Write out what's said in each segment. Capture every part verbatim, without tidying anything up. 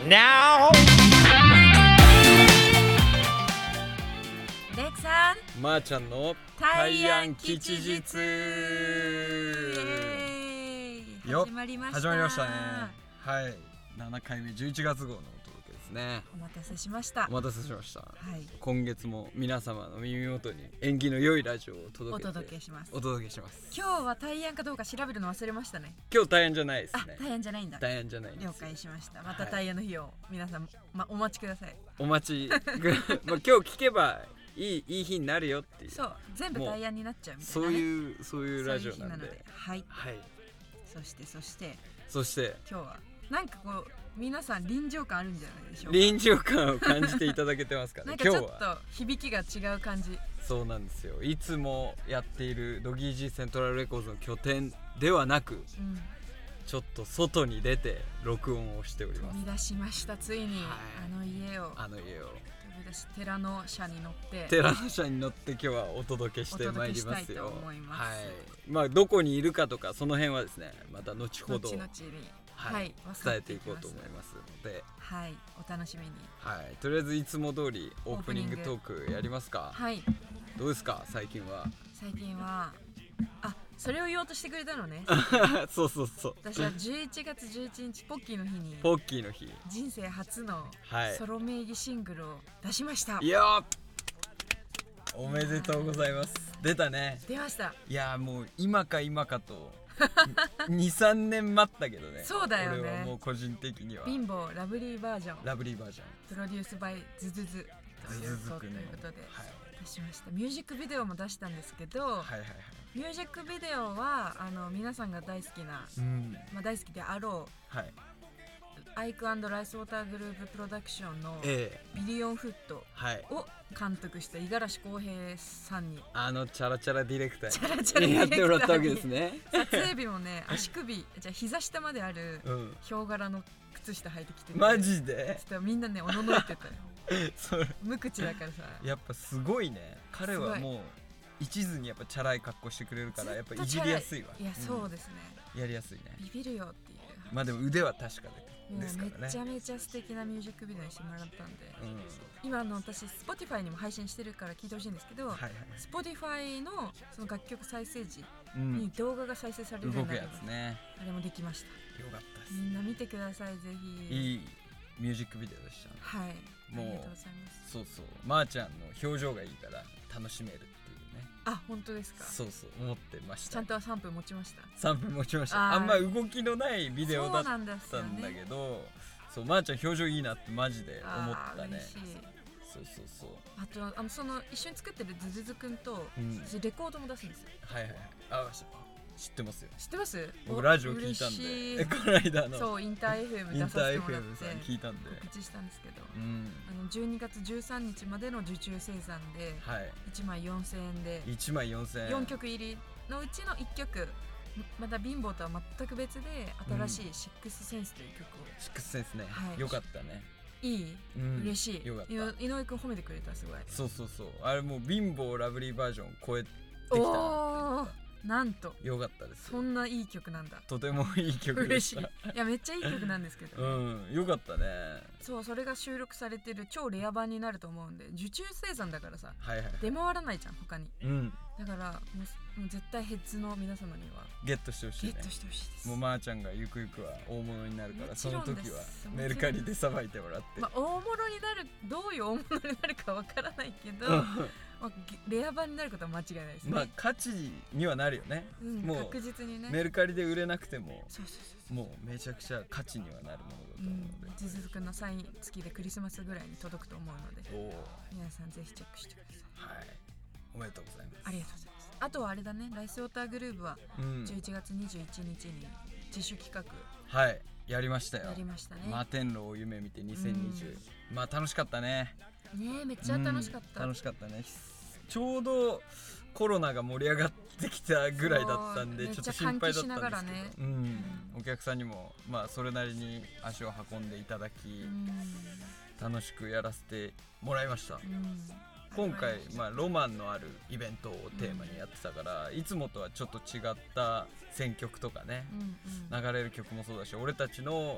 Now レイクさん、 まーちゃんの大安吉吉日日始まりました。 始まりましたね。はい、ななかいめじゅういちがつ号のお届けですね。 お待たせしました。 お待たせしました。 はい、 今月も皆様の耳元に縁起の良いラジオを届けてお届けします。 お届けします。 今日は大安かどうか調べるの忘れましたね。 今日大安じゃないですあ、 ね。 大安じゃないんだ。 大安じゃないんですよ。 了解しました。また大安の日を皆さん、ま、お待ちください。 お待ちまあ今日聞けばいいいい日になるよっていう。 そう、全部大安になっちゃうみたいな、ね、 そういうそういうラジオなんで。 そういう日なので、はい。 はい。 そしてそしてそして今日はなんかこう皆さん臨場感あるんじゃないでしょうか。 臨場感を感じていただけてますかね。 なんかちょっと響きが違う感じ。 そうなんですよ。いつもやっているドギージーセントラルレコーズの拠点ではなく、うん、ちょっと外に出て録音をしております。 飛び出しました。ついに、はい、あの家をあの家を飛び出し寺の車に乗って寺の車に乗って今日はお届けしてまいりますよ。 お届けしたいと思います。 はい。まあどこにいるかとかその辺はですね、また後ほど後々にはい、伝えていこうと思いますので、 はい、お楽しみに。 はい、とりあえずいつも通りオープニングトークやりますか。 はい。 どうですか最近は。 最近はあ、それを言おうとしてくれたのね。 そうそうそう。 私はじゅういちがつじゅういちにちポッキーの日にポッキーの日人生初のはいソロ名義シングルを出しました。 いやーおめでとうございます。出たね。 出ました。 いやーもう今か今かとにさんねん待ったけどね。 そうだよね。 俺はもう個人的には貧乏ラブリーバージョンラブリーバージョンプロデュースバイズズズということで出しました。ミュージックビデオも出したんですけど、はいはいはい、ミュージックビデオはあの皆さんが大好きな、うんまあ、大好きであろう、はい、アイク&ライスウォーターグループプロダクションのビリオンフットを監督した五十嵐浩平さんに、 あのチャラチャラディレクターにチャラチャラディレクターにやってもらったわけですね。 撮影日もね、足首じゃあ膝下まであるヒョウ柄の靴下履いてきて、 うん、マジでちょっとみんなねおののいてたよそれ無口だからさ。 やっぱすごいね。彼はもう一途にやっぱチャラい格好してくれるからやっぱいじりやすいわ。 いやそうですね、 うん、やりやすいね。 ビビるよっていう。 まあでも腕は確かですからね。 めちゃめちゃ素敵なミュージックビデオにしてもらったんで、うん、今の私 Spotify にも配信してるから聞いてほしいんですけど、はいはい、Spotify のその楽曲再生時に動画が再生されるようになる、うん、動くやつね。あれもできました。 よかったです。 みんな見てくださいぜひ。 いいミュージックビデオでしたね。 はい、 もうありがとうございます。 そうそう、まーちゃんの表情がいいから楽しめるっていうね。 あ、本当ですか。 そうそう思ってました。 ちゃんとさんぷん持ちました。 さんぷん持ちました。 あ, あんま動きのないビデオだったんだけど、そう、まーちゃん表情いいなってマジで思ったね。そうそうそう。 あとあのその一緒に作ってるズズズくんと、うん、私レコードも出すんですよ。 はいはいはい。あ、知ってますよ。 知ってます？ 僕ラジオ聞いたんで、えこの間のそうインター エフエム 出させてもらって聞いたんで告知したんですけど、 うん、あのじゅうにがつじゅうさんにちまでの受注生産で、はい、いちまいよんせんえんでいちまいよんせんえん、 よんきょく入りのうちのいっきょく、また貧乏とは全く別で新しいシックスセンスという曲を、 うん、シックスセンスね、はい、よかったね。 いい、うん、嬉しい。 よかった。 井上くん褒めてくれた。すごい。 そうそうそう。あれもう貧乏ラブリーバージョン超えてきた。 おー、なんとよかったです。 そんないい曲なんだ。 とてもいい曲でした。 嬉しい。いやめっちゃいい曲なんですけど、 ね、うん、よかったね。 そう、それが収録されてる超レア版になると思うんで、受注生産だからさ、 はいはいはい、 出回らないじゃん他に、うん、だからもう、もう絶対ヘッズの皆様にはゲットしてほしいね。 ゲットしてほしいです。 もうまーちゃんがゆくゆくは大物になるから、その時はメルカリでさばいてもらって、 まあ、大物になる、どういう大物になるかわからないけどまあ、レア版になることは間違いないですね。 まあ価値にはなるよね、うん、もう確実にね。 メルカリで売れなくても、 そうそうそう、 もうめちゃくちゃ価値にはなるものだと思うので、 ズズズくんのサイン付きでクリスマスぐらいに届くと思うので、皆さんぜひチェックしてください。はい、 おめでとうございます。 ありがとうございます。あとはあれだね、ライスウォーターグルーヴはじゅういちがつにじゅういちにちに自主企画、 はい、やりましたよ。 やりましたね。 摩天楼を夢見てにせんにじゅう、うん、まあ楽しかったね。 ねえ、めっちゃ楽しかった、 うん、楽しかったね。ちょうどコロナが盛り上がってきたぐらいだったんで、ちょっと心配だったんですけど、ね、うん、お客さんにもまあそれなりに足を運んでいただき、うん、楽しくやらせてもらいました。うん、今回、まあ、ロマンのあるイベントをテーマにやってたから、うん、いつもとはちょっと違った選曲とかね、うんうん、流れる曲もそうだし、俺たちの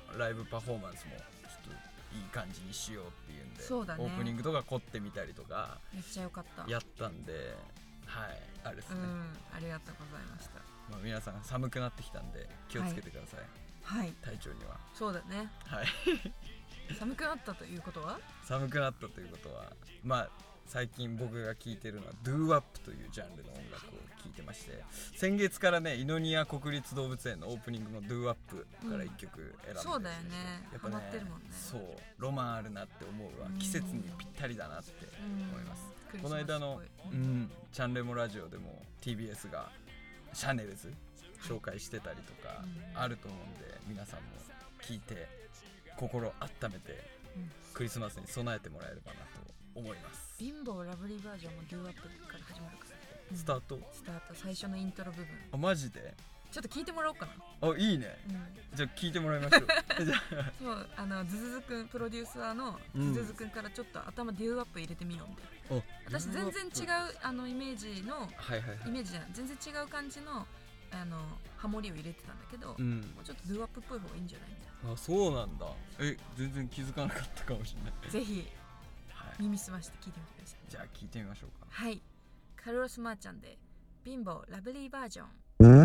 ライブパフォーマンスもちょっといい感じにしようっていうんで、 そうだね、 オープニングとか凝ってみたりとかめっちゃ良かったやったんで、はい、あれですね、うん、 ありがとうございました。 まあ、皆さん寒くなってきたんで気をつけてください、 はい、 体調には。 そうだね、 はい寒くなったということは寒くなったということは、まあ最近僕が聴いてるのはドゥーワップというジャンルの音楽を聴いてまして、先月からねイノニア国立動物園のオープニングのドゥーワップからいっきょく選んでるんです、 うん、そうだよね、やっぱね、ハマってるもんね。 そうロマンあるなって思うわ、季節にぴったりだなって思います。この間の、うん、チャンレモラジオでも ティービーエス がシャネルズ紹介してたりとかあると思うんで、皆さんも聴いて心温めてクリスマスに備えてもらえればなと思います。 貧乏ラブリーバージョンもドゥーアップから始まるから、 うん、スタートスタート最初のイントロ部分。 あ、マジでちょっと聞いてもらおうかな。 あ、いいね、うん、じゃあ聞いてもらいましょうそうあのズズズくんプロデューサーのズズズくんからちょっと頭デューアップ入れてみようみたいな、私全然違うあのイメージの、はいはいはい、イメージじゃない全然違う感じのあのハモリを入れてたんだけど、うん、もうちょっとドゥーアップっぽい方がいいんじゃないみたいな。 あ、そうなんだ。え、全然気づかなかったかもしれない。 ぜひ、はい、耳すまして聞いてみてください。 じゃあ聞いてみましょうか。 はい、カルロス・マーちゃんで貧乏ラブリーバージョン。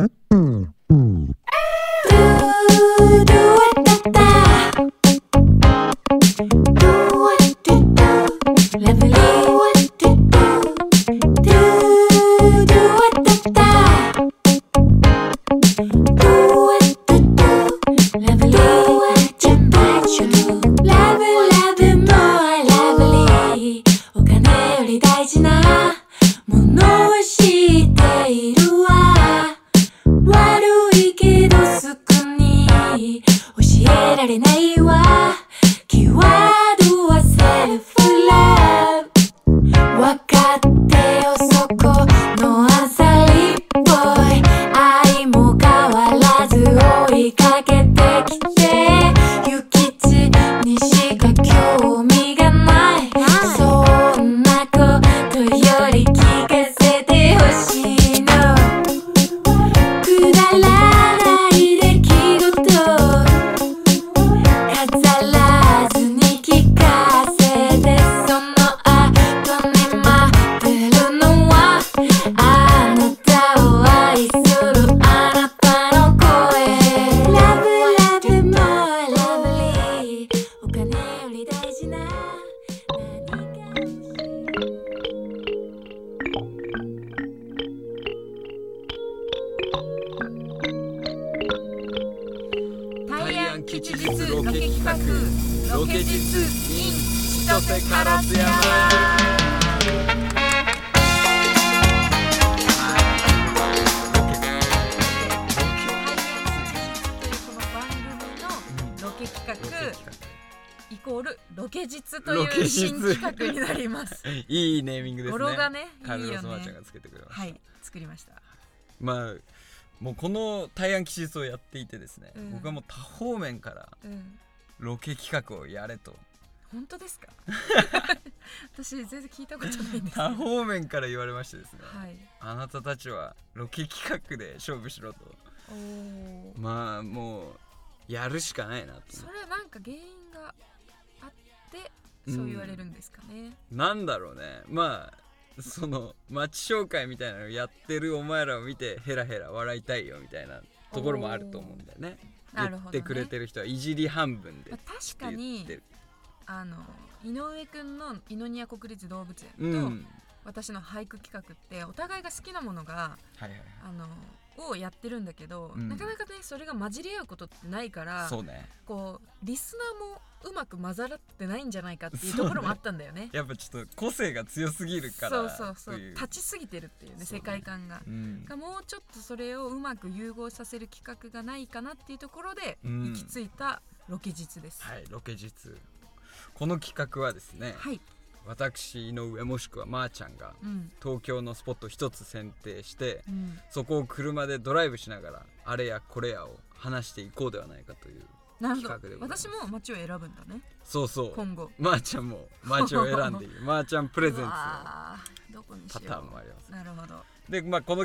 イコールロケ実という新企画になりますいいネーミングですね。 語呂がね、 カルロスマーちゃんがつけてくれました。 はい、作りました。 まあもうこの大安吉日をやっていてですね、うん、僕はもう多方面からロケ企画をやれと、 うん、本当ですか私全然聞いたことないんです。 多方面から言われましてですね、 はい、 あなたたちはロケ企画で勝負しろと。おまあもうやるしかないなと。 それはなんか原因があってそう言われるんですかね、 うん、なんだろうね。まあその街紹介みたいなのやってるお前らを見てヘラヘラ笑いたいよみたいなところもあると思うんだよね。 なるほどね。 言ってくれてる人はいじり半分で、 まあ、確かにあの井上くんのイノニア国立動物園と、うん、私の俳句企画ってお互いが好きなものが、はいはいはい、あのをやってるんだけど、うん、なかなかねそれが混じり合うことってないから、 そうね、 こうリスナーもうまく混ざらってないんじゃないかっていうところもあったんだよね。 やっぱちょっと個性が強すぎるから、 そうそうそう、立ちすぎてるっていうね、世界観が、うん、がもうちょっとそれをうまく融合させる企画がないかなっていうところで行き着いたロケ実です、 うん、はい、ロケ実。この企画はですね、はい、私井上もしくはまーちゃんが東京のスポット一つ選定して、うん、そこを車でドライブしながらあれやこれやを話していこうではないかという企画でございます。 私も街を選ぶんだね。 そうそう、 今後まーちゃんも街を選んでいるまーちゃんプレゼンツのパターンもあります。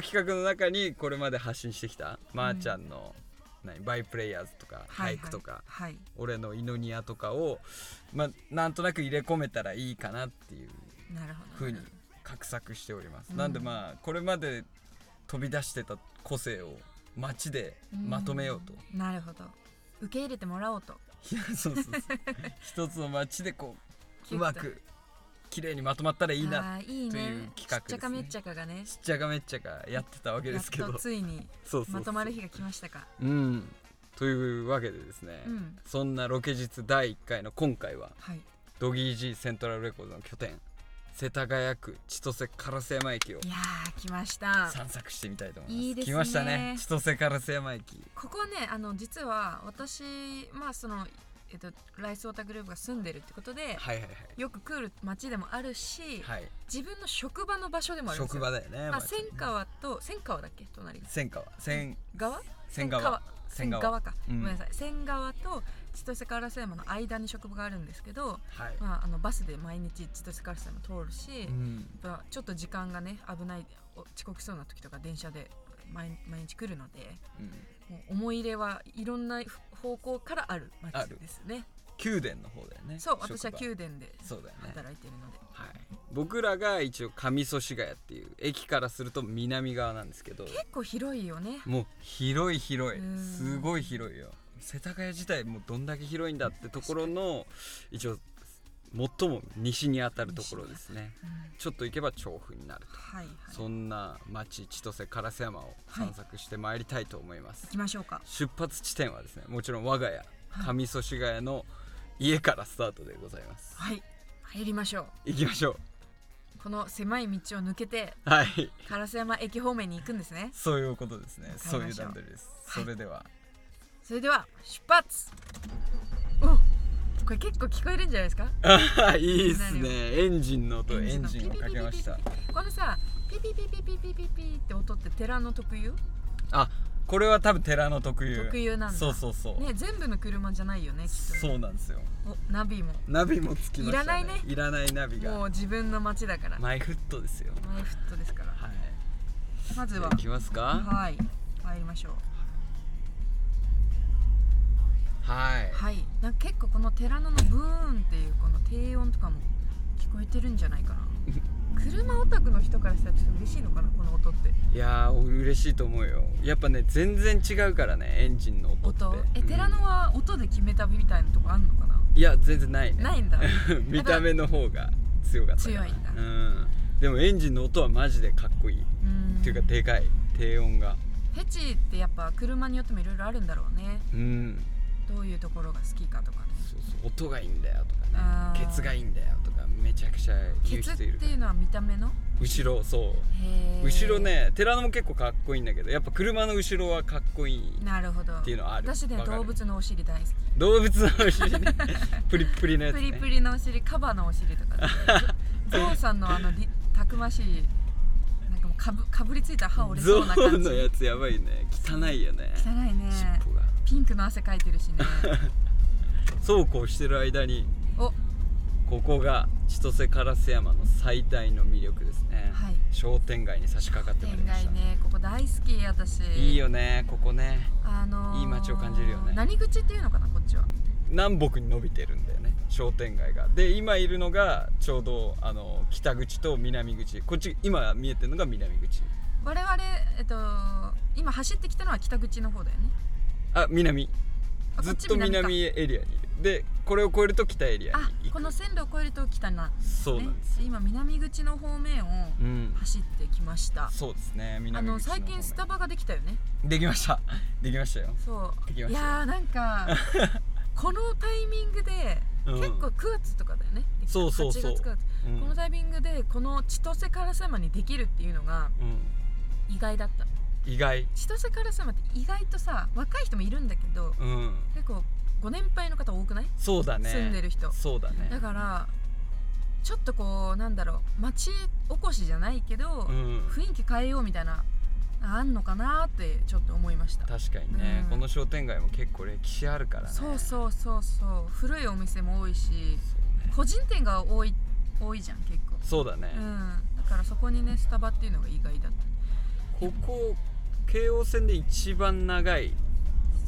なるほど。 で、まあ、この企画の中にこれまで発信してきたまーちゃんの何バイプレイヤーズとかハイクとか、 はいはい、 俺のイノニアとかを、まあ、なんとなく入れ込めたらいいかなっていう風に画策しております。なんでまあこれまで飛び出してた個性を街でまとめようと。 うなるほど、受け入れてもらおうと。 いやそうそうそう一つの街でこううまく綺麗にまとまったらいいなという企画ですね。しっちゃかめっちゃかがね、 しっちゃかめっちゃかやってたわけですけど、 やっとついにまとまる日が来ましたか。 そうそうそう、うん、というわけでですね、うん、そんなロケ日だいいっかいの今回は、はい、ドギー G セントラルレコードの拠点世田谷区千歳烏山駅をいやー来ました散策してみたいと思います。 いいですね、 来ましたね、千歳烏山駅。 ここね、あの実は私まあそのえっと、ライスウォーターグループが住んでるってことで、はいはいはい、よく来る街でもあるし、はい、自分の職場の場所でもあるんですよ。 職場だよね。 まあ、千川と千川だっけ隣が千川千川千川千川か、うん、ごめんなさい、千川と千歳烏山の間に職場があるんですけど、はい、まあ、あのバスで毎日千歳烏山通るし、うん、やっぱちょっと時間がね危ない遅刻しそうな時とか電車で 毎, 毎日来るので、うん、もう思い入れはいろんな方向からある街ですね。 宮殿の方だよね。 そう、私は宮殿で働いているので、ね、 はい、僕らが一応上祖師ヶ谷っていう駅からすると南側なんですけど、 結構広いよね。 もう広い広いすごい広いよ。世田谷自体もうどんだけ広いんだってところの一応最も西にあたるところですね、うん、ちょっと行けば調布になると、はいはい、そんな町千歳烏山を散策してまいりたいと思います、はい、 行きましょうか。 出発地点はですね、もちろん我が家上祖師ヶ谷の家からスタートでございます。 はい、入りましょう。 行きましょう。 この狭い道を抜けて、 はい、 烏山駅方面に行くんですね。 そういうことですね。そういう段取りです、はい、それではそれでは出発。お、これ結構聞こえるんじゃないですか。 いいっすね。エンジンの音、エンジンをかけました。 このさピピピピピピピピって音って寺の特有？ あ、これは多分寺の特有。 特有なんだ。 そうそうそう。 ね、全部の車じゃないよね、きっと。 そうなんですよ。 お、ナビも。 ナビもつきましたね。 いらないね。 いらないナビが。 もう自分の街だから。 マイフットですよ。 マイフットですから。はい。まずは。 行きますか。 はい。入りましょう。 はい、 はい、なんか結構この寺ののブーンっていうこの低音とかも聞こえてるんじゃないかな。車オタクの人からしたらちょっと嬉しいのかな、この音って。 いやー嬉しいと思うよ。やっぱね全然違うからね、エンジンの音って。 音え、寺のは音で決めたみたいなとこあんのかな。 いや全然ないね。 ないんだ見た目の方が強かったから。 強いんだ、 うん、でもエンジンの音はマジでかっこいいっていうかでかい低音が。 フェチってやっぱ車によってもいろいろあるんだろうね。うん、どういうところが好きかとかね。 そうそう、音がいいんだよとかね、ケツがいいんだよとかめちゃくちゃ言う人いるから。 ケツっていうのは見た目の後ろ、そう後ろね、寺野も結構かっこいいんだけど、やっぱ車の後ろはかっこいいっていうのはある。 私ね動物のお尻大好き。 動物のお尻ねプリップリのやつね。 プリプリのお尻、カバのお尻とかねゾウさんのあのたくましいなんかもうかぶかぶりついた歯折れそうな感じ。 ゾウのやつやばいね。汚いよね。 汚いね。尻尾がピンクの汗かいてるしねそうこうしてる間におここが千歳烏山の最大の魅力ですね、はい、商店街に差し掛かってまいりました。 商店街ね、ここ大好き私。 いいよねここね、あのー、いい街を感じるよね。 何口っていうのかな、こっちは南北に伸びてるんだよね、商店街が。で今いるのがちょうどあの北口と南口、こっち今見えてるのが南口。 我々、えっと、今走ってきたのは北口の方だよね。 あ、南、ずっと南エリアにいる。でこれを越えると北エリアに行く。 あ、この線路を越えると北な、ね、 そうなんです。 今南口の方面を走ってきました、うん、 そうですね。南口の方面、 あの最近スタバができたよね。 できましたできましたよ。 そういやーなんかこのタイミングで、うん、結構くがつとかだよね。 そうそうそう、はちがつくがつ、 うん、このタイミングでこの千歳烏山にできるっていうのが意外だった。 意外。 千歳烏山って意外とさ、若い人もいるんだけど、うん、結構ご年配の方多くない？ そうだね、 住んでる人。 そうだね。 だからちょっとこうなんだろう、町おこしじゃないけど、うん、雰囲気変えようみたいなあんのかなってちょっと思いました。 確かにね、うん、この商店街も結構歴史あるからね。 そうそうそうそう、古いお店も多いし、ね、個人店が多い多いじゃん結構。 そうだね、 うん、だからそこにねスタバっていうのが意外だった。 ここ京王線で一番長い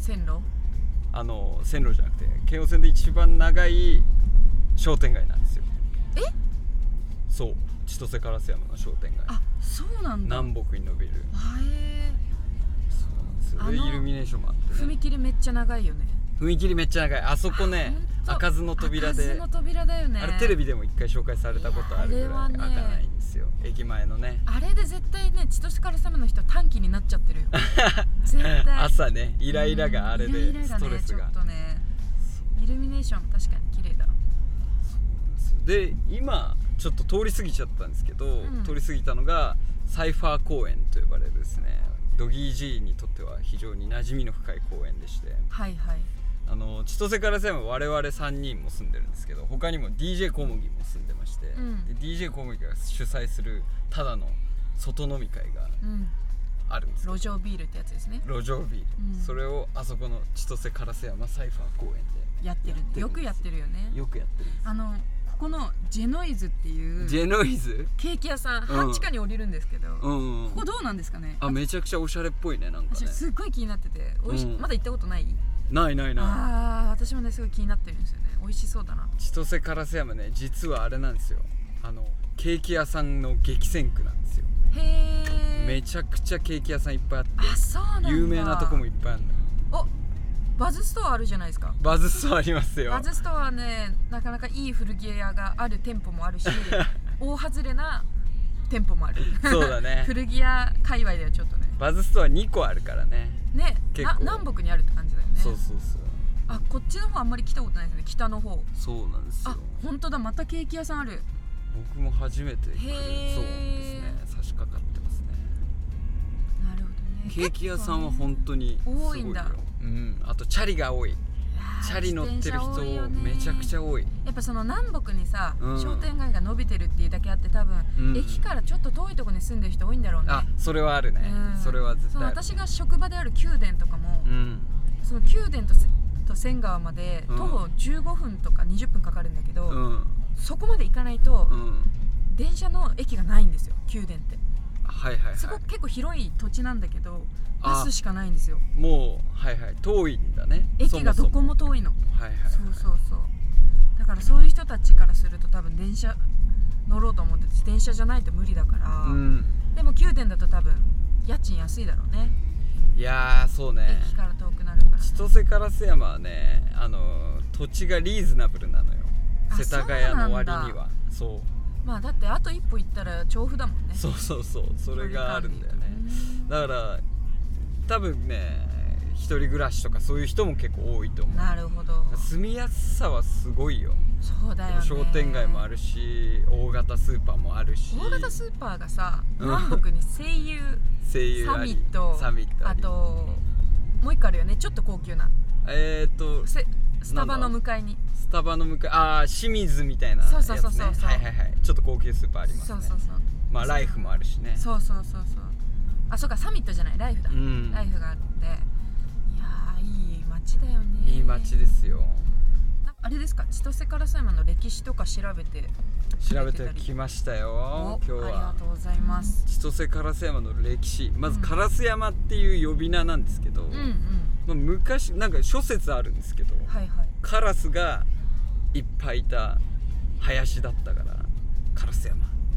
線路あの線路じゃなくて京王線で一番長い商店街なんですよ。 えそう千歳烏山の商店街。 あそうなんだ。 南北に伸びる。 へえそうなんですよ。でイルミネーションもあって、ね、 踏切めっちゃ長いよね。 踏切めっちゃ長い。あそこね開かずの扉で。 開かずの扉だよね。 あれテレビでも一回紹介されたことあるぐらい開かないんですよ、ね、駅前のね。 あれで絶対ね千歳烏山の人短期になっちゃってるよ絶対朝ねイライラがあれでストレスが、 うん、イライラがねちょっとねイルミネーション確かに綺麗だ。 そうで今ちょっと通り過ぎちゃったんですけど、うん、通り過ぎたのがサイファー公園と呼ばれるですねドギー G にとっては非常に馴染みの深い公園でして、 はいはい、 あの千歳烏山は我々さんにんも住んでるんですけど他にも ディージェー 小麦も住んでまして、うん、で ディージェー 小麦が主催するただの外飲み会があるんです、 うん、路上ビールってやつですね。 路上ビール、うん、それをあそこの千歳烏山サイファー公園でやってるんでよくやってるよね。 よくやってるんです。 あのここのジェノイズっていうジェノイズケーキ屋さん、半地下に降りるんですけど、うんうん、ここどうなんですかね。 あめちゃくちゃおしゃれっぽいね。なんかねすっごい気になってておいし、うん、まだ行ったことない？ ないないない。 ああ私もねすごい気になってるんですよね。美味しそうだな。 千歳烏山ね実はあれなんですよ。あのケーキ屋さんの激戦区なんですよ。 へえ。 めちゃくちゃケーキ屋さんいっぱいあって、 あそうなんだ。 有名なとこもいっぱいあるのよ。 おバズストアあるじゃないですか。 バズストアありますよ。 バズストアはねなかなかいい古着屋がある店舗もあるし大外れな店舗もあるそうだね古着屋界隈ではちょっとねバズストアにこあるからね。 ね結構南北にあるって感じだよね。 そうそうそう。 あこっちの方あんまり来たことないですね。北の方。 そうなんですよ。 あ本当だまたケーキ屋さんある。 僕も初めて来る。そうですね差し掛かってますね。 なるほどね。 ケーキ屋さんは本当にすごいよ。 多いんだ。 うん、あとチャリが多い。チャリ乗ってる人めちゃくちゃ多い。 やっぱその南北にさ、うん、商店街が伸びてるっていうだけあって多分、うん、駅からちょっと遠いところに住んでる人多いんだろうね。 あそれはあるね、うん、それは絶対ある。 その私が職場である宮殿とかも、うん、その宮殿とと仙川まで徒歩じゅうごふんとかにじゅっぷんかかるんだけど、うん、そこまで行かないと、うん、電車の駅がないんですよ宮殿って。 はいはいはい。 すごく結構広い土地なんだけどバスしかないんですよ。 もうはいはい遠いんだね。 駅がどこも遠いの。 はいはい、はい、 そうそうそう。だからそういう人たちからすると多分電車乗ろうと思って自転車じゃないと無理だから、うん、でも宮殿だと多分家賃安いだろうね。 いやーそうね。 駅から遠くなるから、ね、 千歳烏山はねあの土地がリーズナブルなのよ。世田谷の割には。そうまあだってあと一歩行ったら調布だもんね。 そうそうそうそれがあるんだよね。だから多分ね一人暮らしとかそういう人も結構多いと思う。 なるほど。 住みやすさはすごいよ。 そうだよね。 商店街もあるし大型スーパーもあるし。 大型スーパーがさ南北に西友西友サミットサミットあともう一個あるよねちょっと高級なえーっとスタバの向かいにスタバの向かいああ清水みたいなやつね。 そうそうそうそうはいはいはいちょっと高級スーパーありますね。 そうそうそうまあライフもあるしね。 そうそうそうそうあそうかサミットじゃないライフだ、うん、ライフがあっていやーいい街だよね。 いい街ですよ。 あれですか千歳烏山の歴史とか調べて調べてきましたよ今日は。 ありがとうございます。 千歳烏山の歴史まず烏山っていう呼び名なんですけど、うんうんまあ、昔なんか諸説あるんですけど、はいはい、カラスがいっぱいいた林だったから烏山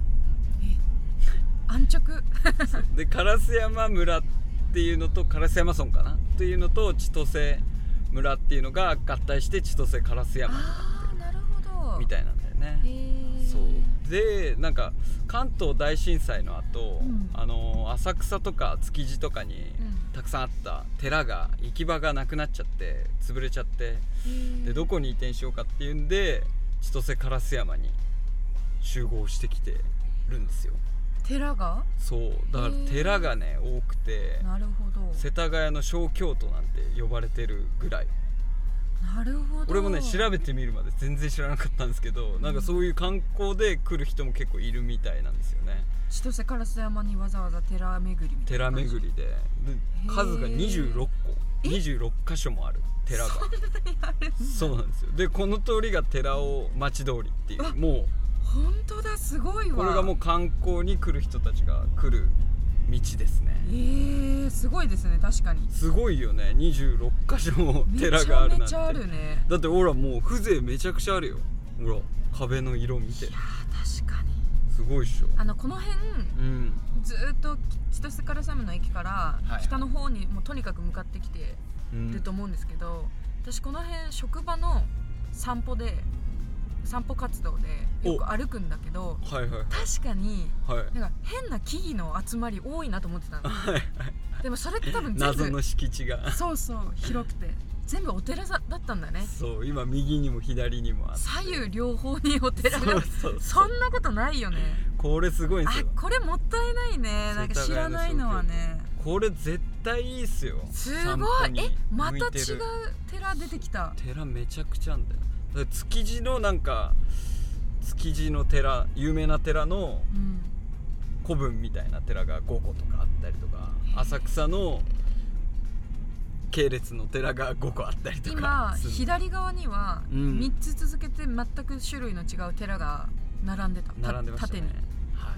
安直で烏山村っていうのと烏山村かなっていうのと千歳村っていうのが合体して千歳烏山になってるみたいなんだよね。そうでなんか関東大震災の後、うん、あの浅草とか築地とかにたくさんあった寺が行き場がなくなっちゃって潰れちゃってでどこに移転しようかっていうんで千歳烏山に集合してきてるんですよ。 寺がそうだから寺がね多くてなるほど世田谷の小京都なんて呼ばれてるぐらい。 なるほど。 俺もね調べてみるまで全然知らなかったんですけど、うん、なんかそういう観光で来る人も結構いるみたいなんですよね。 千歳烏山にわざわざ寺巡りみたいな寺巡りで、で数がにじゅうろっこにじゅうろっかしょもある寺が。 そんなにあるんだ。 そうなんですよ。でこの通りが寺尾町通りっていうもう本当だすごいわ。 これがもう観光に来る人たちが来る道ですね。 えー、すごいですね。確かにすごいよね。にじゅうろっかしょも寺があるなんて。めちゃめちゃあるね。 だってほらもう風情めちゃくちゃあるよ。ほら壁の色見て。いや確かにすごいっしょ。 あのこの辺、うん、ずっと千歳烏山の駅から北の方にもうとにかく向かってきてると思うんですけど、うん、私この辺職場の散歩で散歩活動でよく歩くんだけど、はいはいはい、確かに、はい、なんか変な木々の集まり多いなと思ってたの、はいはい、でもそれって多分全部謎の敷地がそうそう広くて全部お寺だったんだね。 そう今右にも左にもあって左右両方にお寺がそうそうそうそんなことないよね。 これすごいんですよ。 あこれもったいないね。なんか知らないのはね。 これ絶対いいっすよ。 すごいえまた違う寺出てきた。 寺めちゃくちゃあんだよ。築地のなんか築地の寺有名な寺の古文みたいな寺がごことかあったりとか、浅草の系列の寺がごこあったりとか。 今左側にはみっつ続けて全く種類の違う寺が並んでた。 並んでましたね。 縦に、 はい、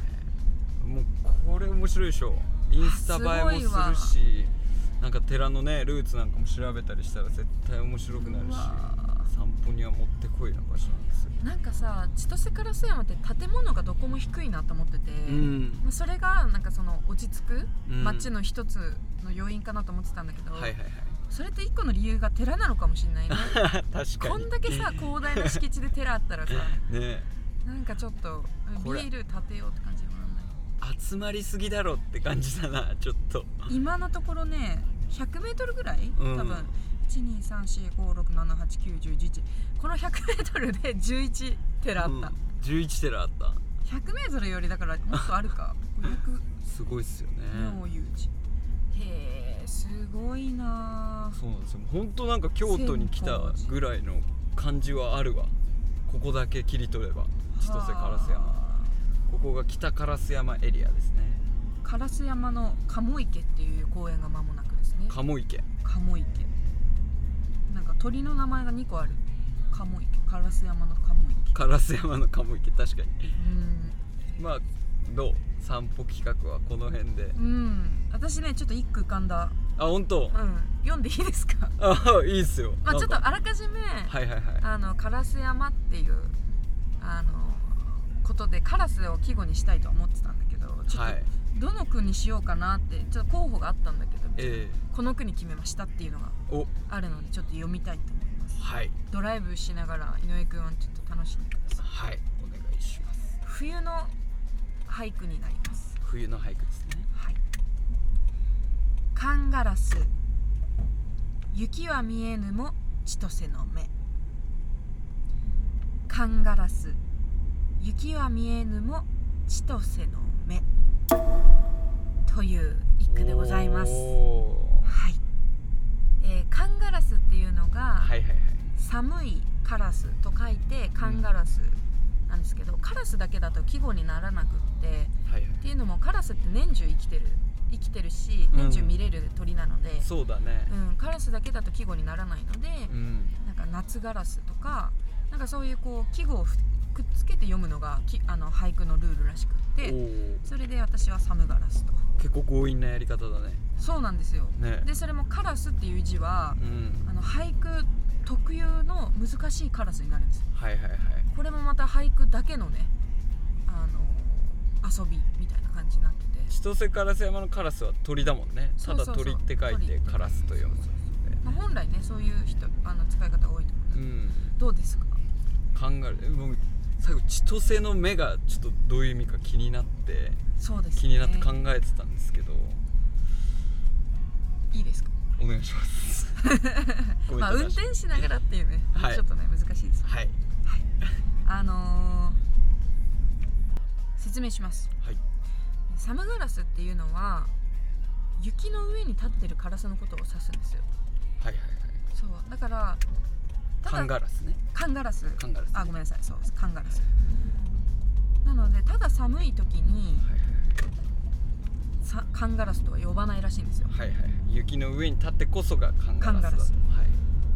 もうこれ面白いでしょ。インスタ映えもするし、なんか寺のねルーツなんかも調べたりしたら絶対面白くなるし、散歩にはもってこいな場所なんですよ。 なんかさ千歳烏山って建物がどこも低いなと思ってて、うん、それがなんかその落ち着く街の一つの要因かなと思ってたんだけど、うんはいはいはい、それって一個の理由が寺なのかもしれないね確かにこんだけさ広大な敷地で寺あったらさねなんかちょっとビール建てようって感じもなんない。 集まりすぎだろって感じだなちょっと。 今のところねひゃくメートルぐらい、うん、多分いちにさんしごろくななはちきゅうじゅうじゅういちこのひゃくメートルでじゅういちテラあった、うん、 じゅういちテラあった。 ひゃくメートルよりだからもっとあるかごひゃくすごいっすよね。 妙有寺へえすごいな。 そうなんですよ。本当なんか京都に来たぐらいの感じはあるわ。ここだけ切り取れば千歳烏山。ここが北烏山エリアですね。 烏山の鴨池っていう公園が間もなくですね。 鴨池鴨池なんか鳥の名前がにこある。鴨池烏山の鴨池烏山の鴨池確かにうんまあどう散歩企画はこの辺で。 うん私ねちょっと一句浮かんだ。 あ本当。 うん読んでいいですか。 あいいっすよ。 まあちょっとあらかじめはいはいはいあの烏山っていうあのことでカラスを季語にしたいと思ってたんだけどちょっとどの句にしようかなってちょっと候補があったんだけど、えー、この句に決めましたっていうのがあるのでちょっと読みたいと思います。はい、ドライブしながら井上くんはちょっと楽しんでください。 はいお願いします。 冬の俳句になります。 冬の俳句ですね。はい。 寒ガラス雪は見えぬも千歳の目。寒ガラス雪は見えぬも千歳の目という一句でございます。はい、えー、寒ガラスっていうのが、はいはいはい、寒いカラスと書いて寒ガラスなんですけど、うん、カラスだけだと季語にならなくって、はいはい、っていうのもカラスって年中生きてる生きてるし年中見れる鳥なので、 うん、そうだね、 うん、カラスだけだと季語にならないので、うん、なんか夏ガラスとかなんかそういうこう季語をくっつけて読むのがきあの俳句のルールらしくって、それで私は寒ガラスと。 結構強引なやり方だね。 そうなんですよ、ね、でそれもカラスっていう字は、うん、あの俳句特有の難しいカラスになるんですよ。はいはいはい。これもまた俳句だけのねあの遊びみたいな感じになってて、 千歳烏山のカラスは鳥だもんね。ただ鳥って書いてカラスと読む。 まあ、本来ねそういう人あの使い方が多いと思う、うん、どうですか。 考える僕最後千歳の目がちょっとどういう意味か気になって、 そうですね、 気になって考えてたんですけどいいですか。 お願いしますまあ運転しながらっていうね、はい、ちょっとね難しいです。はい、はい、あのー、説明します。はい、サムガラスっていうのは雪の上に立ってるカラスのことを指すんですよ。はいはいはい。そうだからカンガラスね。 カンガラス。 カンガラス、ね。 あごめんなさいそうですカンガラス。なのでただ寒い時に、はいはい、さカンガラスとは呼ばないらしいんですよ。 はいはい。雪の上に立ってこそがカンガラスだ。カンガラス。はい。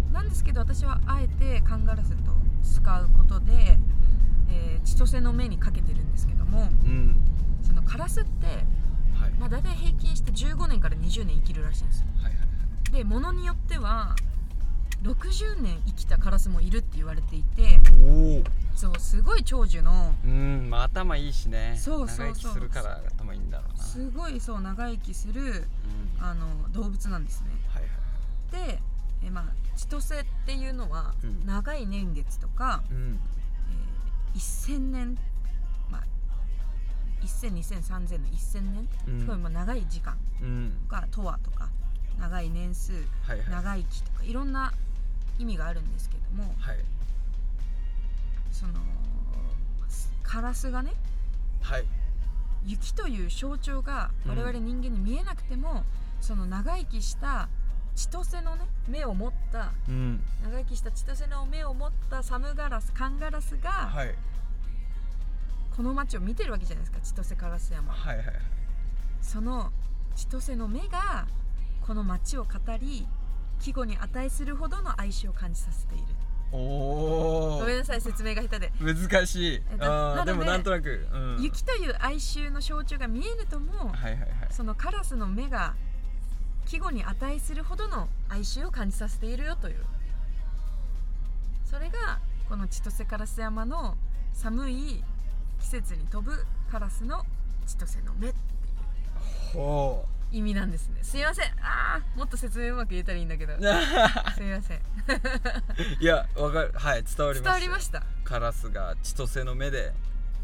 なんですけど私はあえてカンガラスと使うことで、えー、千歳の目にかけてるんですけども、うん、そのカラスってはい、まあ大体平均してじゅうごねんからにじゅうねん生きるらしいんですよ、はいはいはい、で物によってはろくじゅうねん生きたカラスもいるって言われていて、おそうすごい長寿の、 うん、まあ頭いいしね、そうそうそう、長生きするから頭いいんだろうな、 すごいそう長生きする、うん、あの動物なんですね、はいはい、でえ、まあ、千歳っていうのは、うん、長い年月とか、うんえー、せんねん、まあ、せん、にせん、さんぜんのせんねん、うん、すごいまあ長い時間とか、うん、とはとか長い年数、はいはい、長生きとかいろんな意味があるんですけども、はい、そのカラスがね、はい、雪という象徴が我々人間に見えなくても、うん、その長生きした千歳のね目を持った、うん、長生きした千歳の目を持ったサムガラスカンガラスが、はい、この街を見てるわけじゃないですか、千歳烏山、はいはいはい、その千歳の目がこの街を語り季語に値するほどの哀愁を感じさせている。おー、ごめんなさい説明が下手で難しい、えっと、あでもなんとなく、 うん、雪という哀愁の象徴が見えるとも、はいはいはい、そのカラスの目が季語に値するほどの哀愁を感じさせているよという、それがこの千歳烏山の寒い季節に飛ぶカラスの千歳の目っていう意味なんですね。すいません、あーもっと説明うまく言えたらいいんだけどすいませんいやわかる、はい、伝わりました。 伝わりました。 カラスが千歳の目で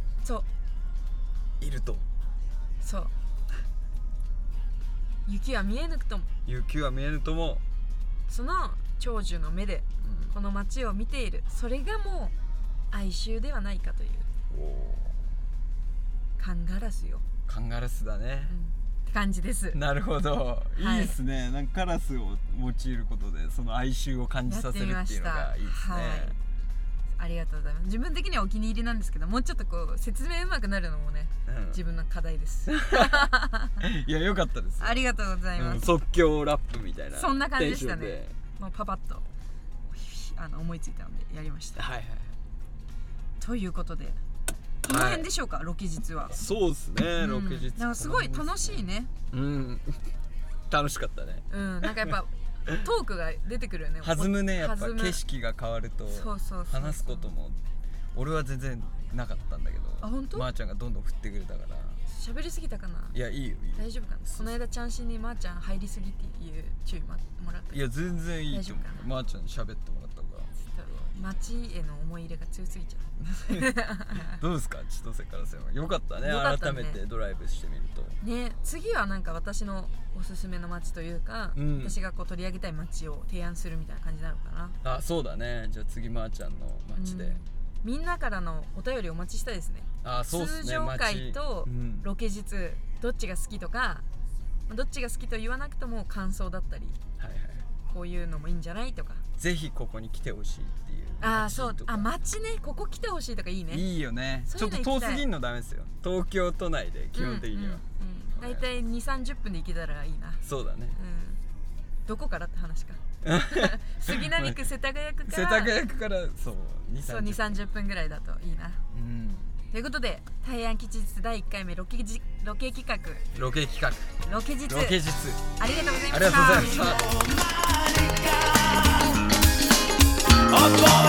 そういると、そう雪は見えぬくとも雪は見えぬともその長寿の目でこの街を見ている、それがもう哀愁ではないかという。おカンガラスよ、 カンガラスだね、うん、 って感じです。 なるほど、いいですね、はい、なんかカラスを用いることでその哀愁を感じさせるっていうのがいいですね、はい、 ありがとうございます。自分的にはお気に入りなんですけど、もうちょっとこう説明うまくなるのもね、うん、自分の課題ですいや良かったですよ、 ありがとうございます、 うん、即興ラップみたいなそんな感じでしたね。もうパパッとあの思いついたのでやりました。はいはい。ということでこの辺でしょうか、はい、ロケ日は。 そうですね、うん、ロケ日なんかすごい楽しいね。 うん楽しかったね。 うんなんかやっぱトークが出てくるよね。 弾むね、やっぱ景色が変わると話すことも俺は全然なかったんだけど、あ本当？まーちゃんがどんどん振ってくれたから。 喋りすぎたかな。 いやいいよいいよ、 大丈夫かな。この間ちゃんしにまーちゃん入りすぎっていう注意もらった。 いや全然いいと思う。まーちゃんに喋ってもらったから。 街への思い入れが強すぎちゃうどうですか千歳烏山。よかったね、ね改めてドライブしてみるとね。次はなんか私のおすすめの街というか、うん、私がこう取り上げたい街を提案するみたいな感じなのかな。 あそうだね。じゃあ次まーちゃんの街で、うん、 みんなからのお便りお待ちしたいですね。 あそうっすね、 通常回とロケ日、うん、どっちが好きとかどっちが好きと言わなくとも感想だったり、はいはい、こういうのもいいんじゃないとか、 ぜひここに来てほしいっていう。 あそうあ街ね、ここ来てほしいとかいいね。 いいよね。ちょっと遠すぎんのダメですよ。東京都内で基本的には、 うんうんうん、だいたいにじゅう、さんじゅっぷんで行けたらいいな。 そうだね、 うん、どこからって話か杉並区世田谷区から世田谷区からそうにじゅう、さんじゅっぷんぐらいだといいな、うん、ということで大安吉日だいいっかいめロケじロケ企画ロケ企画ロケ日ロケ日ありがとうございました。 ありがとうございました。